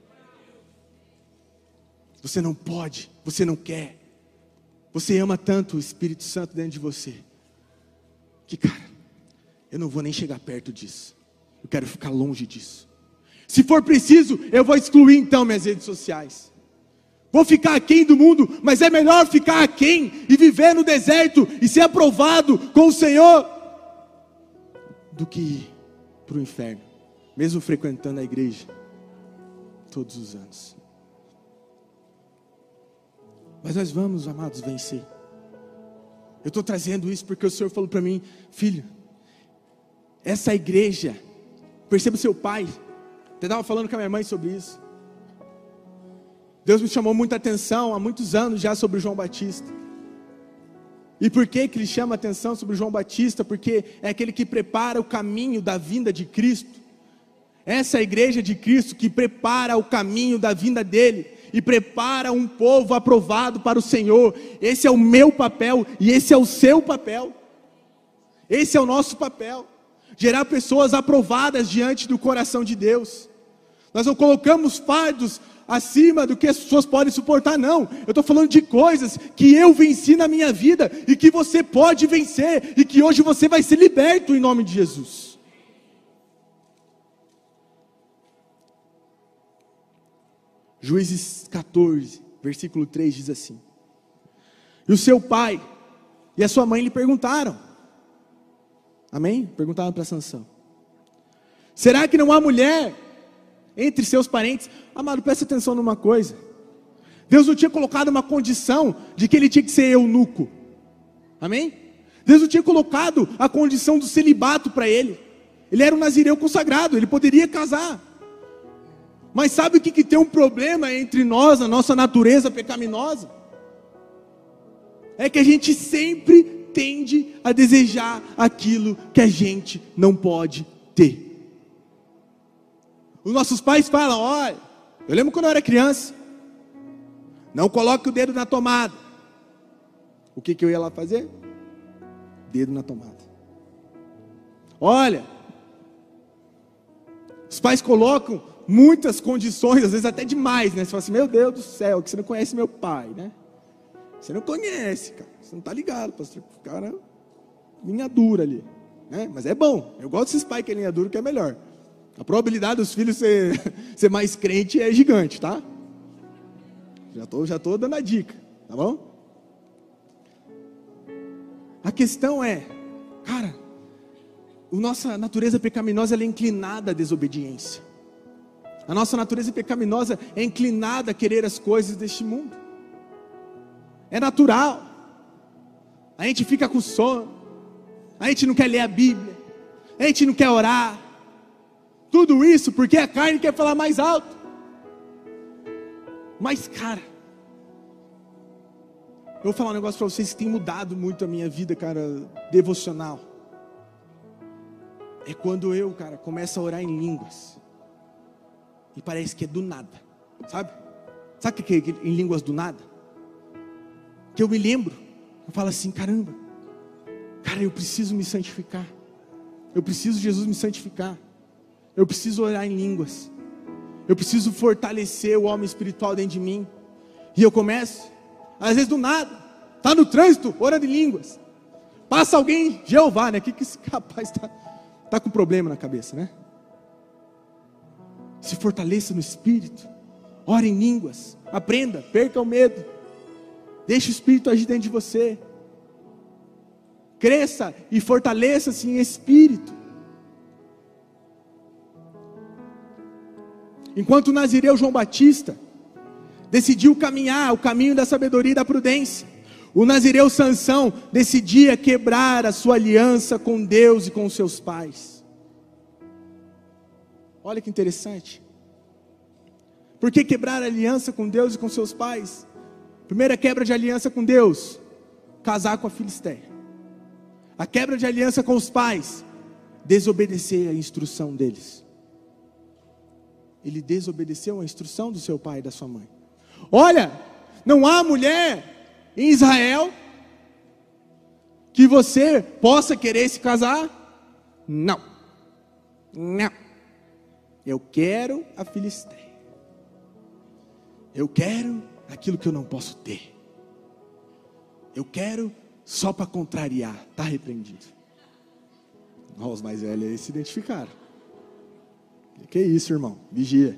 Você não pode, você não quer. Você ama tanto o Espírito Santo dentro de você, que cara, eu não vou nem chegar perto disso. Eu quero ficar longe disso. Se for preciso, eu vou excluir então minhas redes sociais. Vou ficar aquém do mundo, mas é melhor ficar aquém e viver no deserto e ser aprovado com o Senhor do que ir para o inferno, mesmo frequentando a igreja todos os anos. Mas nós vamos, amados, vencer. Eu estou trazendo isso porque o Senhor falou para mim: filho, essa igreja, perceba o seu pai. Eu estava falando com a minha mãe sobre isso. Deus me chamou muita atenção há muitos anos já sobre o João Batista. E por que que ele chama atenção sobre o João Batista? Porque é aquele que prepara o caminho da vinda de Cristo. Essa é a igreja de Cristo que prepara o caminho da vinda dele e prepara um povo aprovado para o Senhor. Esse é o meu papel e esse é o seu papel. Esse é o nosso papel. Gerar pessoas aprovadas diante do coração de Deus. Nós não colocamos fardos acima do que as pessoas podem suportar, não. Eu estou falando de coisas que eu venci na minha vida e que você pode vencer, e que hoje você vai ser liberto em nome de Jesus. Juízes catorze, versículo três diz assim: e o seu pai e a sua mãe lhe perguntaram, amém? Perguntaram para Sansão: será que não há mulher entre seus parentes? Amado, presta atenção numa coisa. Deus não tinha colocado uma condição de que ele tinha que ser eunuco, amém? Deus não tinha colocado a condição do celibato para ele. Ele era um nazireu consagrado, ele poderia casar. Mas sabe o que, que tem um problema entre nós, a nossa natureza pecaminosa? É que a gente sempre tende a desejar aquilo que a gente não pode ter. Os nossos pais falam: olha, eu lembro quando eu era criança, não coloque o dedo na tomada. O que, que eu ia lá fazer? Dedo na tomada. Olha, os pais colocam muitas condições, às vezes até demais, né? Você fala assim: meu Deus do céu, que você não conhece meu pai, né? Você não conhece, cara, você não está ligado, pastor, o cara, linha dura ali, né? Mas é bom, eu gosto desses pais que é linha dura, que é melhor. A probabilidade dos filhos ser, ser mais crente é gigante, tá? Já estou já tô dando a dica, tá bom? A questão é, cara, a nossa natureza pecaminosa ela é inclinada à desobediência. A nossa natureza pecaminosa é inclinada a querer as coisas deste mundo. É natural. A gente fica com sono, a gente não quer ler a Bíblia, a gente não quer orar. Tudo isso porque a carne quer falar mais alto. Mas cara, eu vou falar um negócio para vocês que tem mudado muito a minha vida, cara, devocional. É quando eu, cara, começo a orar em línguas. E parece que é do nada, sabe? Sabe o que é em línguas do nada? que eu me lembro, eu falo assim, caramba, cara, eu preciso me santificar, eu preciso Jesus me santificar, eu preciso orar em línguas, eu preciso fortalecer o homem espiritual dentro de mim, e eu começo, às vezes do nada, está no trânsito, orando em línguas, passa alguém, Jeová, né, que, que esse rapaz está tá com problema na cabeça, né, se fortaleça no Espírito, ore em línguas, aprenda, perca o medo, deixe o Espírito agir dentro de você, cresça e fortaleça-se em Espírito. Enquanto o nazireu João Batista decidiu caminhar o caminho da sabedoria e da prudência, o nazireu Sansão decidia quebrar a sua aliança com Deus e com os seus pais. Olha que interessante. Por que quebrar a aliança com Deus e com seus pais? Primeira quebra de aliança com Deus, casar com a Filisteia. A quebra de aliança com os pais, desobedecer a instrução deles. Ele desobedeceu a instrução do seu pai e da sua mãe. Olha, não há mulher em Israel que você possa querer se casar? Não. Não. Eu quero a Filisteia. Eu quero aquilo que eu não posso ter. Eu quero só para contrariar. Está repreendido. Oh, os mais velhos aí se identificaram. Que isso, irmão? Vigia.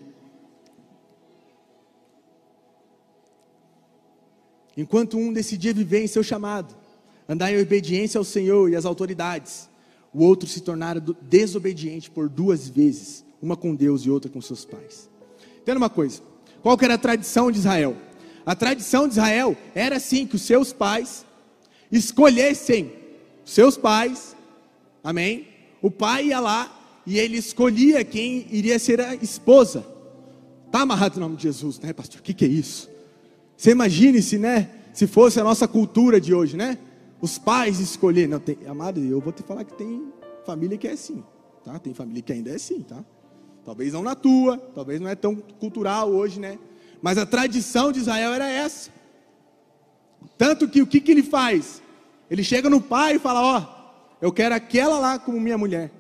Enquanto um decidia viver em seu chamado, andar em obediência ao Senhor e às autoridades, o outro se tornara desobediente por duas vezes, uma com Deus e outra com seus pais. Entenda uma coisa, qual que era a tradição de Israel? A tradição de Israel era assim, que os seus pais escolhessem seus pais, amém? O pai ia lá e ele escolhia quem iria ser a esposa. Está amarrado no nome de Jesus, né, pastor? O que, que é isso? Você imagine se, né, se fosse a nossa cultura de hoje, né? Os pais escolher. Não, tem, amado, eu vou te falar que tem família que é assim, tá? Tem família que ainda é assim, tá? Talvez não na tua, talvez não é tão cultural hoje, né? Mas a tradição de Israel era essa. Tanto que o que, que ele faz? Ele chega no pai e fala, ó, eu quero aquela lá como minha mulher.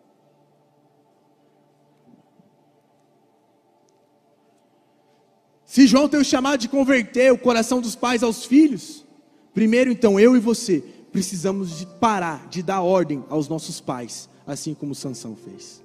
Se João tem o chamado de converter o coração dos pais aos filhos, primeiro então eu e você precisamos de parar de dar ordem aos nossos pais, assim como Sansão fez.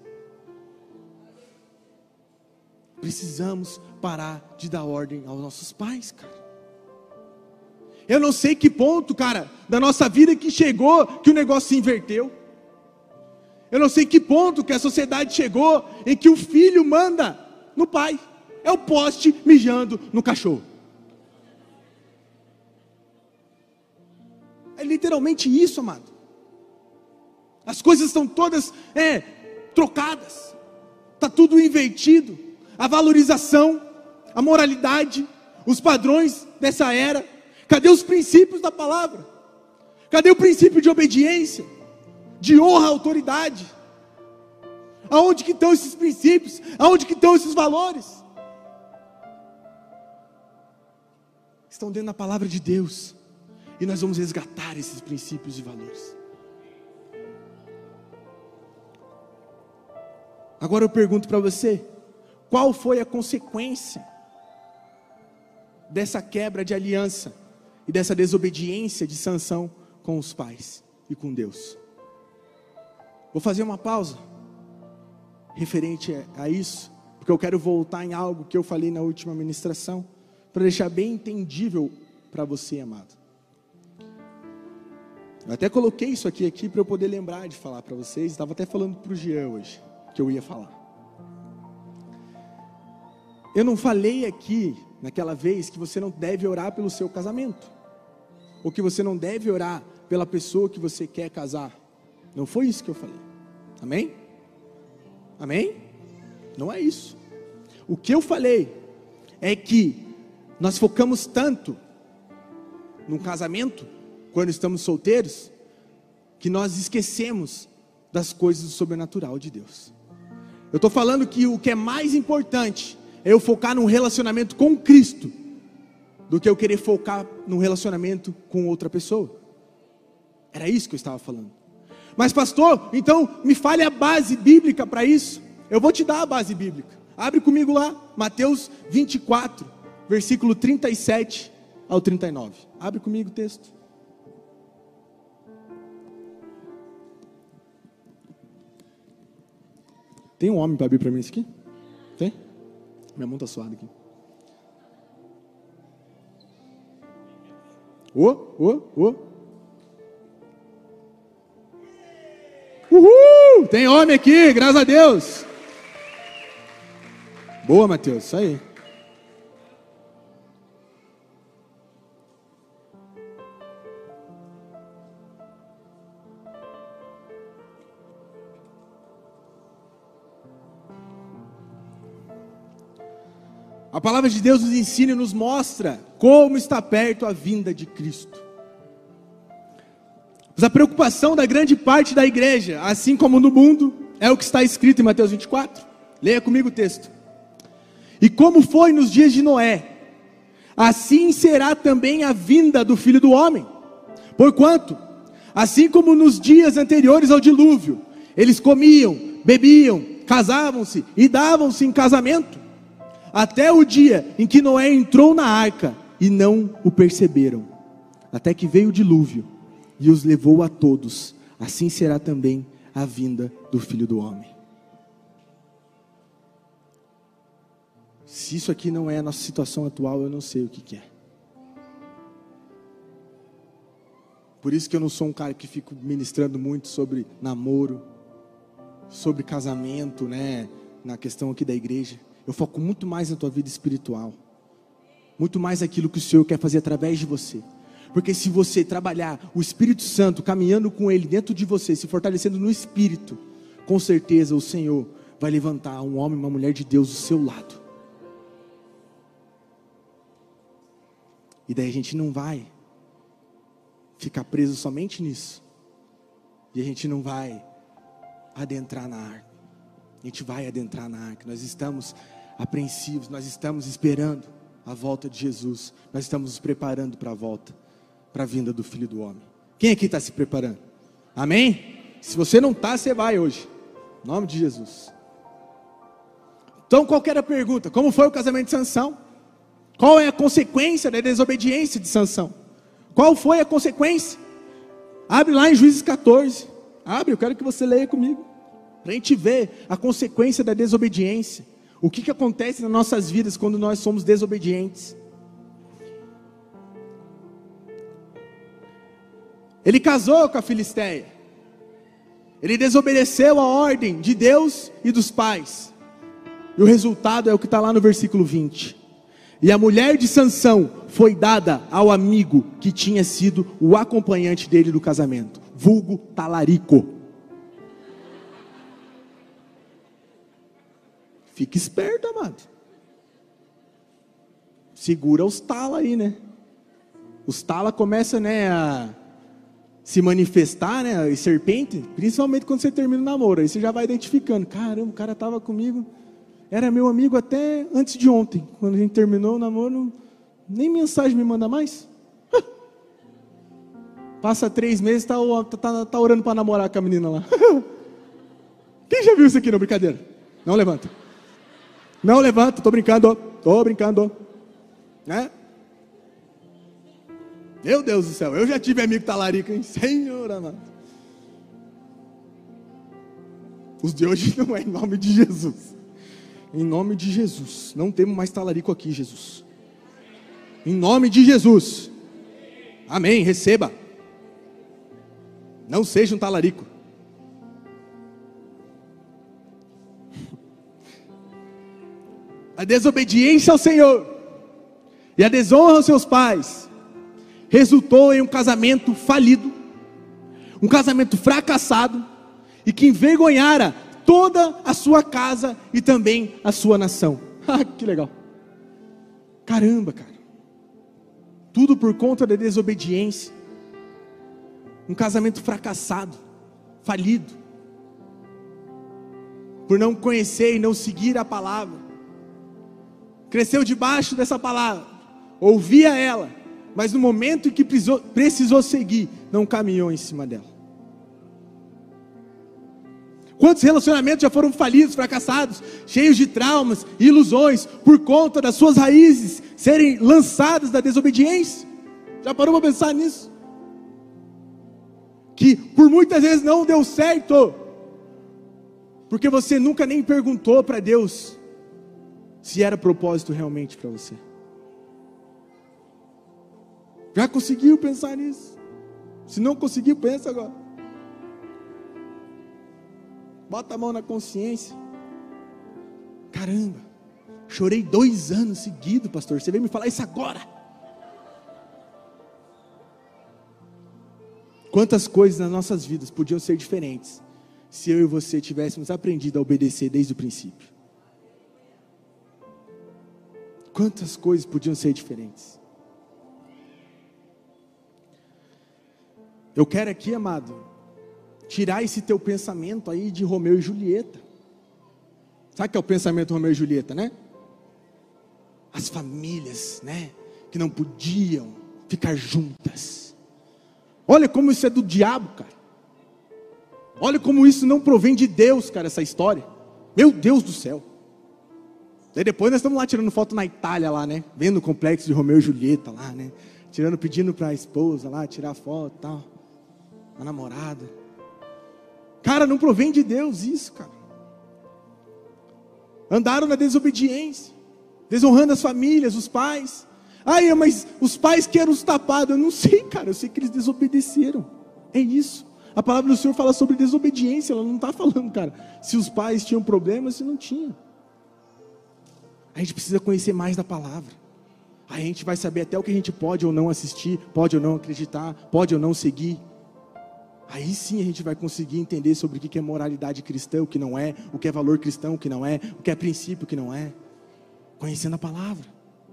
Precisamos parar de dar ordem aos nossos pais, cara. Eu não sei que ponto, cara, da nossa vida que chegou, que o negócio se inverteu. Eu não sei que ponto que a sociedade chegou, em que o filho manda no pai. É o poste mijando no cachorro. É literalmente isso, amado. As coisas estão todas é, trocadas. Está tudo invertido. A valorização, a moralidade, os padrões dessa era. Cadê os princípios da palavra? Cadê o princípio de obediência? De honra à autoridade? Aonde que estão esses princípios? Aonde que estão esses valores? Estão dentro da palavra de Deus. E nós vamos resgatar esses princípios e valores. Agora eu pergunto para você, qual foi a consequência dessa quebra de aliança e dessa desobediência de Sansão com os pais e com Deus? Vou fazer uma pausa referente a isso, porque eu quero voltar em algo que eu falei na última ministração, para deixar bem entendível para você, amado. Eu até coloquei isso aqui, aqui para eu poder lembrar de falar para vocês. Estava até falando para o Jean hoje, que eu ia falar. Eu não falei aqui, naquela vez, que você não deve orar pelo seu casamento, ou que você não deve orar pela pessoa que você quer casar. Não foi isso que eu falei. Amém? Amém? Não é isso. O que eu falei é que nós focamos tanto no casamento, quando estamos solteiros, que nós esquecemos das coisas do sobrenatural de Deus. Eu estou falando que o que é mais importante é eu focar num relacionamento com Cristo, do que eu querer focar num relacionamento com outra pessoa. Era isso que eu estava falando. Mas pastor, então me fale a base bíblica para isso. Eu vou te dar a base bíblica. Abre comigo lá, Mateus vinte e quatro, versículo trinta e sete ao trinta e nove. Abre comigo o texto. Tem um homem para abrir para mim isso aqui? Tem? Minha mão está suada aqui. Ô, ô, ô. Uhul! Tem homem aqui, graças a Deus. Boa, Mateus, isso aí. A palavra de Deus nos ensina e nos mostra como está perto a vinda de Cristo. Mas a preocupação da grande parte da igreja, assim como no mundo, é o que está escrito em Mateus vinte e quatro. Leia comigo o texto. E como foi nos dias de Noé, assim será também a vinda do Filho do Homem. Porquanto, assim como nos dias anteriores ao dilúvio, eles comiam, bebiam, casavam-se e davam-se em casamento, até o dia em que Noé entrou na arca e não o perceberam, até que veio o dilúvio e os levou a todos. Assim será também a vinda do Filho do Homem. Se isso aqui não é a nossa situação atual, eu não sei o que que é. Por isso que eu não sou um cara que fico ministrando muito sobre namoro, sobre casamento, né, na questão aqui da igreja. Eu foco muito mais na tua vida espiritual, muito mais aquilo que o Senhor quer fazer através de você. Porque se você trabalhar o Espírito Santo, caminhando com Ele dentro de você, se fortalecendo no Espírito, com certeza o Senhor vai levantar um homem e uma mulher de Deus do seu lado. E daí a gente não vai ficar preso somente nisso. E a gente não vai adentrar na arca. A gente vai adentrar na arca. Nós estamos apreensivos, nós estamos esperando a volta de Jesus. Nós estamos nos preparando para a volta, para a vinda do Filho do Homem. Quem aqui está se preparando? Amém? Se você não está, você vai hoje. Em nome de Jesus. Então, qual que era a pergunta? Como foi o casamento de Sansão? Qual é a consequência da desobediência de Sansão? Qual foi a consequência? Abre lá em Juízes catorze. Abre, eu quero que você leia comigo. Para a gente ver a consequência da desobediência. O que, que acontece nas nossas vidas quando nós somos desobedientes. Ele casou com a Filisteia. Ele desobedeceu a ordem de Deus e dos pais. E o resultado é o que está lá no versículo vinte. E a mulher de Sansão foi dada ao amigo que tinha sido o acompanhante dele do casamento. Vulgo talarico. Fica esperto, amado. Segura os tala aí, né? Os tala começam, né, a se manifestar, né? E serpente, principalmente quando você termina o namoro. Aí você já vai identificando. Caramba, o cara estava comigo, era meu amigo até antes de ontem. Quando a gente terminou o namoro, nem mensagem me manda mais. Passa três meses, tá, tá, tá orando para namorar com a menina lá. Quem já viu isso aqui, não? Brincadeira. Não levanta. Não levanta, tô brincando, tô brincando, né? Meu Deus do céu, eu já tive amigo talarico, hein? Senhor amado. Os de hoje não é em nome de Jesus. Em nome de Jesus. Não temos mais talarico aqui, Jesus. Em nome de Jesus. Amém, receba. Não seja um talarico. A desobediência ao Senhor e a desonra aos seus pais resultou em um casamento falido, um casamento fracassado e que envergonhara toda a sua casa e também a sua nação. Ah, que legal. Caramba, cara. Tudo por conta da desobediência. Um casamento fracassado, falido, por não conhecer e não seguir a palavra. Cresceu debaixo dessa palavra, ouvia ela, mas no momento em que precisou, precisou seguir, não caminhou em cima dela. Quantos relacionamentos já foram falidos, fracassados, cheios de traumas e ilusões, por conta das suas raízes serem lançadas da desobediência? Já parou para pensar nisso? Que por muitas vezes não deu certo, porque você nunca nem perguntou para Deus se era propósito realmente para você. Já conseguiu pensar nisso? Se não conseguiu, pensa agora. Bota a mão na consciência. Caramba, chorei dois anos seguidos, pastor. Você veio me falar isso agora? Quantas coisas nas nossas vidas podiam ser diferentes se eu e você tivéssemos aprendido a obedecer desde o princípio? Quantas coisas podiam ser diferentes? Eu quero aqui, amado, tirar esse teu pensamento aí de Romeu e Julieta. Sabe o que é o pensamento de Romeu e Julieta, né? As famílias, né, que não podiam ficar juntas. Olha como isso é do diabo, cara. Olha como isso não provém de Deus, cara, essa história. Meu Deus do céu. Daí depois nós estamos lá tirando foto na Itália lá, né? Vendo o complexo de Romeu e Julieta lá, né? Tirando, pedindo para a esposa lá tirar foto e tal. A namorada. Cara, não provém de Deus isso, cara. Andaram na desobediência, desonrando as famílias, os pais. Ai, mas os pais que eram os tapados, eu não sei, cara, eu sei que eles desobedeceram. É isso. A palavra do Senhor fala sobre desobediência, ela não está falando, cara, se os pais tinham problemas, se não tinham. A gente precisa conhecer mais da palavra. Aí a gente vai saber até o que a gente pode ou não assistir, pode ou não acreditar, pode ou não seguir. Aí sim a gente vai conseguir entender sobre o que é moralidade cristã, o que não é, o que é valor cristão, o que não é, o que é princípio, o que não é. Conhecendo a palavra.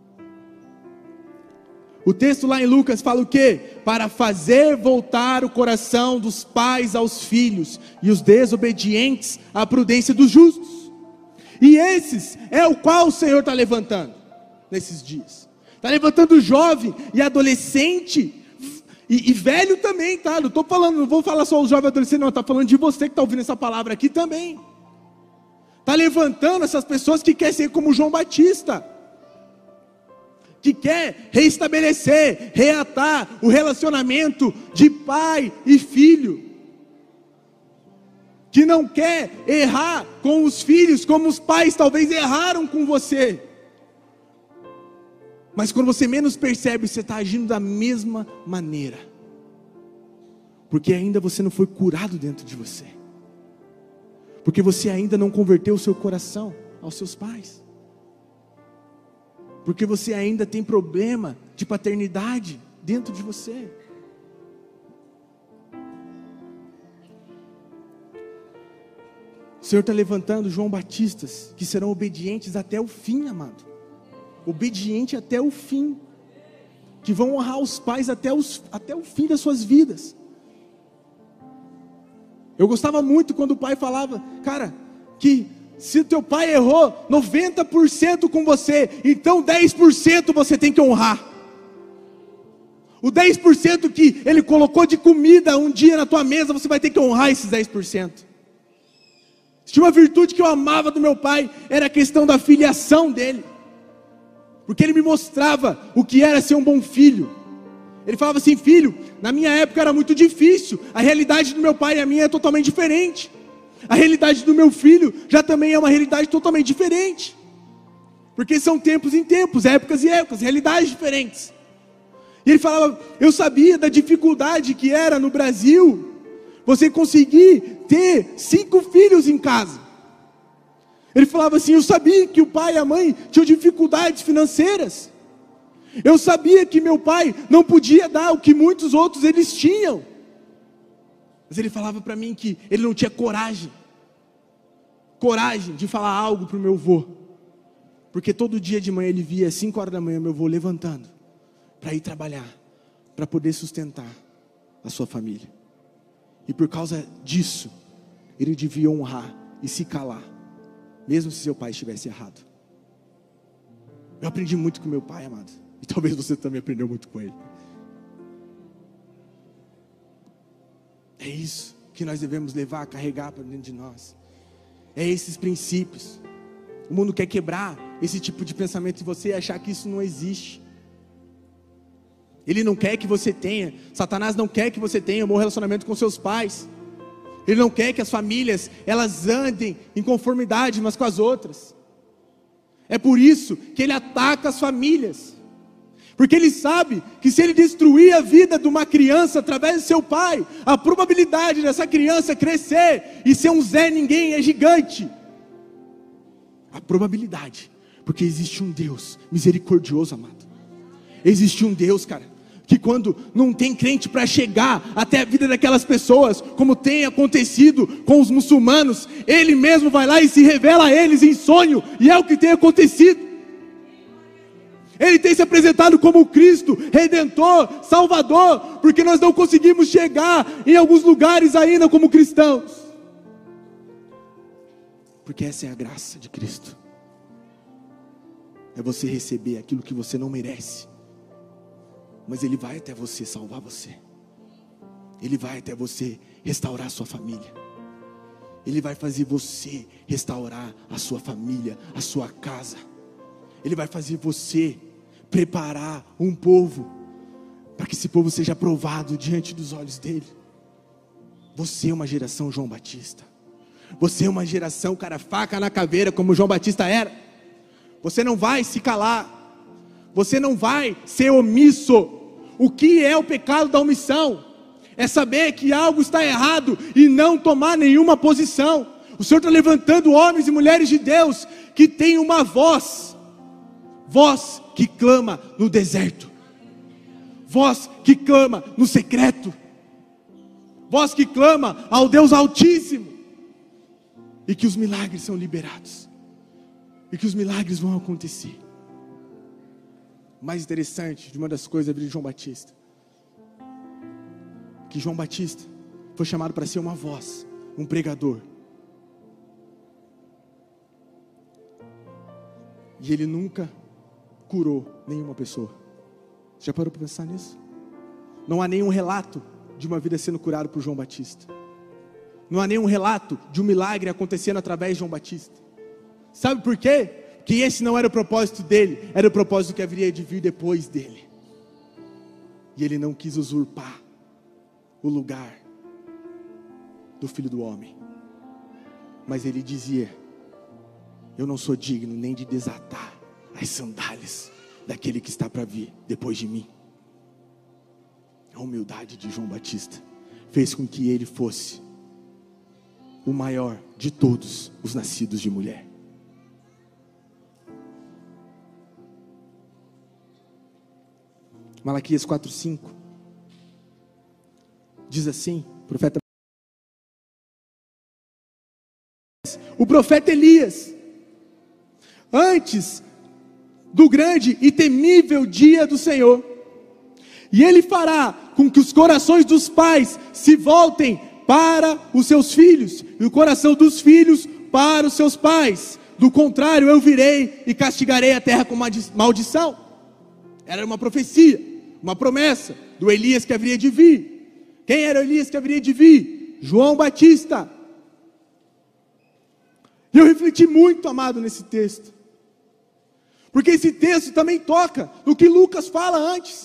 O texto lá em Lucas fala o quê? Para fazer voltar o coração dos pais aos filhos, e os desobedientes à prudência dos justos. E esses é o qual o Senhor está levantando, nesses dias. Está levantando jovem e adolescente, e, e velho também, tá? Não estou falando, não vou falar só os jovens e adolescentes, não, está falando de você que está ouvindo essa palavra aqui também. Está levantando essas pessoas que querem ser como João Batista, que quer reestabelecer, reatar o relacionamento de pai e filho, que não quer errar com os filhos, como os pais talvez erraram com você, mas quando você menos percebe, você está agindo da mesma maneira, porque ainda você não foi curado dentro de você, porque você ainda não converteu o seu coração aos seus pais, porque você ainda tem problema de paternidade dentro de você. O Senhor está levantando João Batistas, que serão obedientes até o fim, amado. Obediente até o fim. Que vão honrar os pais até, os, até o fim das suas vidas. Eu gostava muito quando o pai falava, cara, que se o teu pai errou noventa por cento com você, então dez por cento você tem que honrar. O dez por cento que ele colocou de comida um dia na tua mesa, você vai ter que honrar esses dez por cento. Tinha uma virtude que eu amava do meu pai, era a questão da filiação dele. Porque ele me mostrava o que era ser um bom filho. Ele falava assim, filho, na minha época era muito difícil, a realidade do meu pai e a minha é totalmente diferente. A realidade do meu filho já também é uma realidade totalmente diferente. Porque são tempos em tempos, épocas e épocas, realidades diferentes. E ele falava, eu sabia da dificuldade que era no Brasil você conseguir ter cinco filhos em casa. Ele falava assim, eu sabia que o pai e a mãe tinham dificuldades financeiras. Eu sabia que meu pai não podia dar o que muitos outros eles tinham. Mas ele falava para mim que ele não tinha coragem. Coragem de falar algo para o meu avô. Porque todo dia de manhã ele via, às cinco horas da manhã, meu avô levantando para ir trabalhar, para poder sustentar a sua família. E por causa disso, ele devia honrar e se calar, mesmo se seu pai estivesse errado. Eu aprendi muito com meu pai, amado. E talvez você também aprendeu muito com ele. É isso que nós devemos levar, carregar para dentro de nós. É esses princípios. O mundo quer quebrar esse tipo de pensamento em você e achar que isso não existe. Ele não quer que você tenha, Satanás não quer que você tenha um bom relacionamento com seus pais. Ele não quer que as famílias, elas andem em conformidade umas com as outras. É por isso que ele ataca as famílias. Porque ele sabe que se ele destruir a vida de uma criança através do seu pai, a probabilidade dessa criança crescer e ser um Zé Ninguém é gigante. A probabilidade, porque existe um Deus misericordioso, amado. Existe um Deus, cara, que quando não tem crente para chegar até a vida daquelas pessoas, como tem acontecido com os muçulmanos, Ele mesmo vai lá e se revela a eles em sonho, e é o que tem acontecido. Ele tem se apresentado como Cristo, Redentor, Salvador, porque nós não conseguimos chegar em alguns lugares ainda como cristãos. Porque essa é a graça de Cristo. É você receber aquilo que você não merece. Mas Ele vai até você salvar você. Ele vai até você restaurar a sua família. Ele vai fazer você restaurar a sua família, a sua casa. Ele vai fazer você preparar um povo, para que esse povo seja aprovado diante dos olhos dele. Você é uma geração João Batista. Você é uma geração, cara, faca na caveira, como João Batista era. Você não vai se calar. Você não vai ser omisso. O que é o pecado da omissão? É saber que algo está errado e não tomar nenhuma posição. O Senhor está levantando homens e mulheres de Deus que têm uma voz. Voz que clama no deserto. Voz que clama no secreto. Voz que clama ao Deus Altíssimo. E que os milagres são liberados. E que os milagres vão acontecer. O mais interessante de uma das coisas da vida de João Batista, que João Batista foi chamado para ser uma voz, um pregador. E ele nunca curou nenhuma pessoa. Já parou para pensar nisso? Não há nenhum relato de uma vida sendo curada por João Batista. Não há nenhum relato de um milagre acontecendo através de João Batista. Sabe por quê? Porque esse não era o propósito dele, era o propósito que haveria de vir depois dele. E ele não quis usurpar o lugar do Filho do Homem. Mas ele dizia: eu não sou digno nem de desatar as sandálias daquele que está para vir depois de mim. A humildade de João Batista fez com que ele fosse o maior de todos os nascidos de mulher. Malaquias quatro, cinco diz assim, profeta o profeta Elias, antes do grande e temível dia do Senhor, e ele fará com que os corações dos pais se voltem para os seus filhos, e o coração dos filhos para os seus pais. Do contrário, eu virei e castigarei a terra com maldição. Era uma profecia, uma promessa do Elias que haveria de vir. Quem era o Elias que haveria de vir? João Batista. E eu refleti muito, amado, nesse texto, porque esse texto também toca no que Lucas fala antes.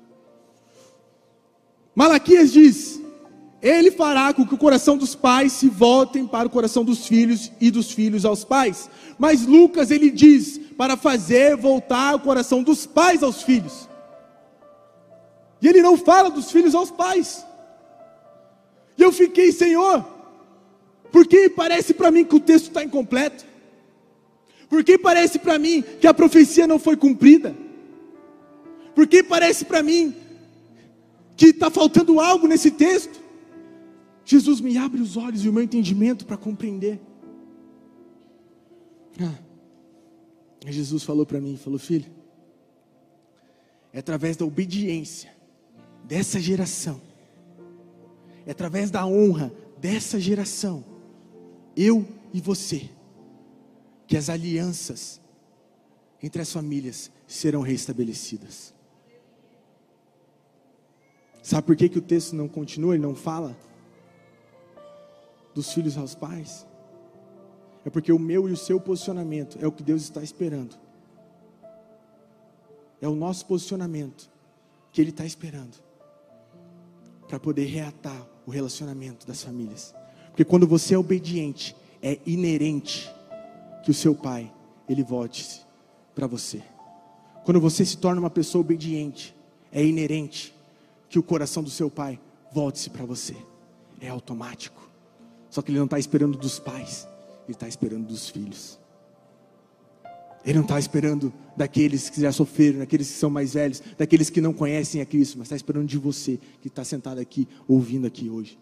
Malaquias diz: ele fará com que o coração dos pais se voltem para o coração dos filhos e dos filhos aos pais. Mas Lucas, ele diz para fazer voltar o coração dos pais aos filhos. E ele não fala dos filhos aos pais. E eu fiquei: Senhor, porque parece para mim que o texto está incompleto? Porque parece para mim que a profecia não foi cumprida? Porque parece para mim que está faltando algo nesse texto? Jesus, me abre os olhos e o meu entendimento para compreender. Ah, Jesus falou para mim, falou: filho, é através da obediência dessa geração, é através da honra dessa geração, eu e você, que as alianças entre as famílias serão restabelecidas. Sabe por que, que o texto não continua, ele não fala dos filhos aos pais? É porque o meu e o seu posicionamento é o que Deus está esperando. É o nosso posicionamento que Ele está esperando para poder reatar o relacionamento das famílias. Porque quando você é obediente, é inerente que o seu pai, ele volte para você. Quando você se torna uma pessoa obediente, é inerente que o coração do seu pai volte-se para você. É automático. Só que ele não está esperando dos pais, ele está esperando dos filhos. Ele não está esperando daqueles que já sofreram, daqueles que são mais velhos, daqueles que não conhecem a Cristo, mas está esperando de você, que está sentado aqui, ouvindo aqui hoje.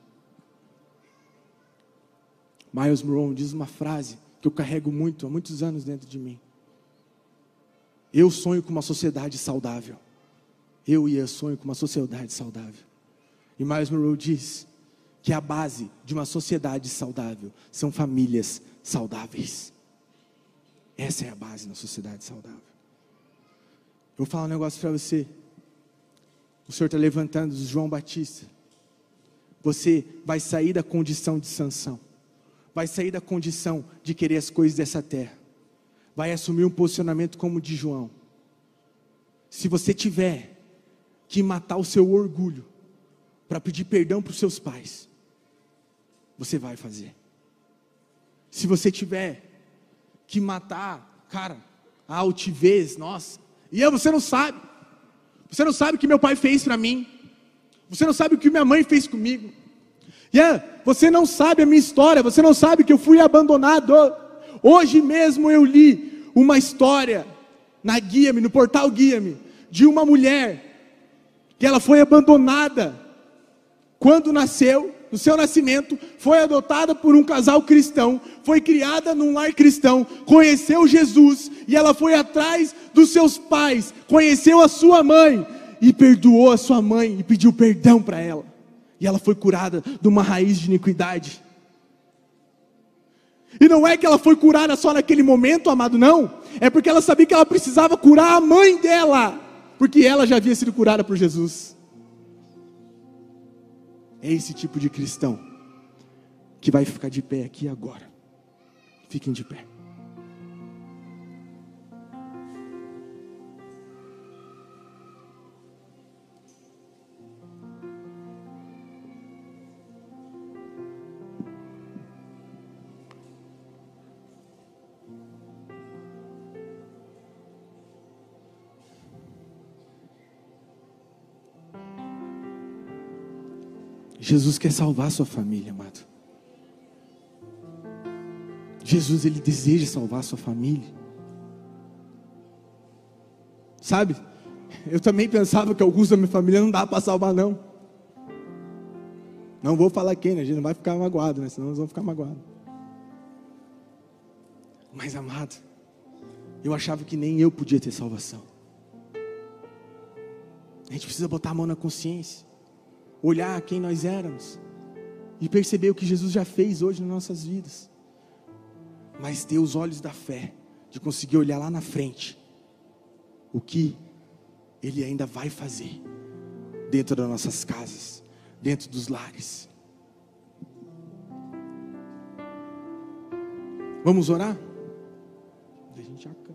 Myles Munroe diz uma frase que eu carrego muito, há muitos anos dentro de mim. Eu sonho com uma sociedade saudável. Eu e eu sonho com uma sociedade saudável. E Myles Munroe diz que a base de uma sociedade saudável são famílias saudáveis. Essa é a base da sociedade saudável. Eu vou falar um negócio para você. O Senhor está levantando João Batista. Você vai sair da condição de Sansão. Vai sair da condição de querer as coisas dessa terra. Vai assumir um posicionamento como o de João. Se você tiver que matar o seu orgulho para pedir perdão para os seus pais, você vai fazer. Se você tiver que matar, cara, a altivez, nossa, e eu, você não sabe, você não sabe o que meu pai fez para mim, você não sabe o que minha mãe fez comigo, yeah, você não sabe a minha história, você não sabe que eu fui abandonado. Hoje mesmo eu li uma história na Guia-me, no portal Guia-me, de uma mulher que ela foi abandonada quando nasceu. No seu nascimento, foi adotada por um casal cristão, foi criada num lar cristão, conheceu Jesus, e ela foi atrás dos seus pais, conheceu a sua mãe, e perdoou a sua mãe, e pediu perdão para ela, e ela foi curada de uma raiz de iniquidade. E não é que ela foi curada só naquele momento, amado, não, é porque ela sabia que ela precisava curar a mãe dela, porque ela já havia sido curada por Jesus. É esse tipo de cristão que vai ficar de pé aqui agora. Fiquem de pé. Jesus quer salvar a sua família, amado. Jesus, Ele deseja salvar a sua família. Sabe, eu também pensava que alguns da minha família não dá para salvar, não. Não vou falar quem, né? A gente não vai ficar magoado, né? Senão nós vamos ficar magoados. Mas, amado, eu achava que nem eu podia ter salvação. A gente precisa botar a mão na consciência, olhar quem nós éramos e perceber o que Jesus já fez hoje nas nossas vidas, mas ter os olhos da fé de conseguir olhar lá na frente o que Ele ainda vai fazer dentro das nossas casas, dentro dos lares. Vamos orar? A gente acaba.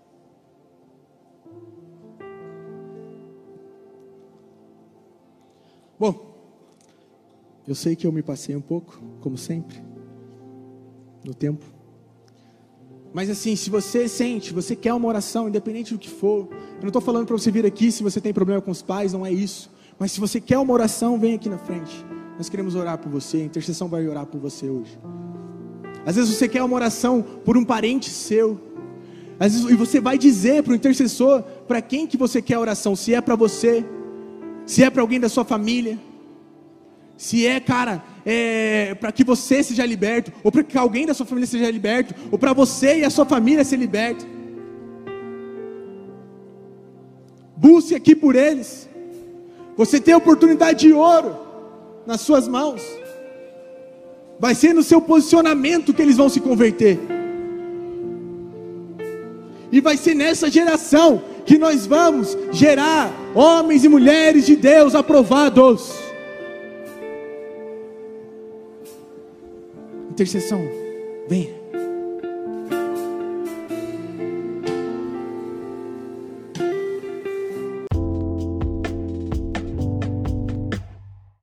Bom, eu sei que eu me passei um pouco, como sempre, no tempo. Mas assim, se você sente, você quer uma oração, independente do que for, eu não estou falando para você vir aqui se você tem problema com os pais, não é isso. Mas se você quer uma oração, vem aqui na frente. Nós queremos orar por você, a intercessão vai orar por você hoje. Às vezes você quer uma oração por um parente seu. Às vezes, e você vai dizer para o intercessor, para quem que você quer a oração, se é para você, se é para alguém da sua família, se é, cara, é, para que você seja liberto, ou para que alguém da sua família seja liberto, ou para você e a sua família ser liberto. Busque aqui por eles. Você tem a oportunidade de ouro nas suas mãos. Vai ser no seu posicionamento que eles vão se converter. E vai ser nessa geração que nós vamos gerar homens e mulheres de Deus aprovados. Intercessão, venha.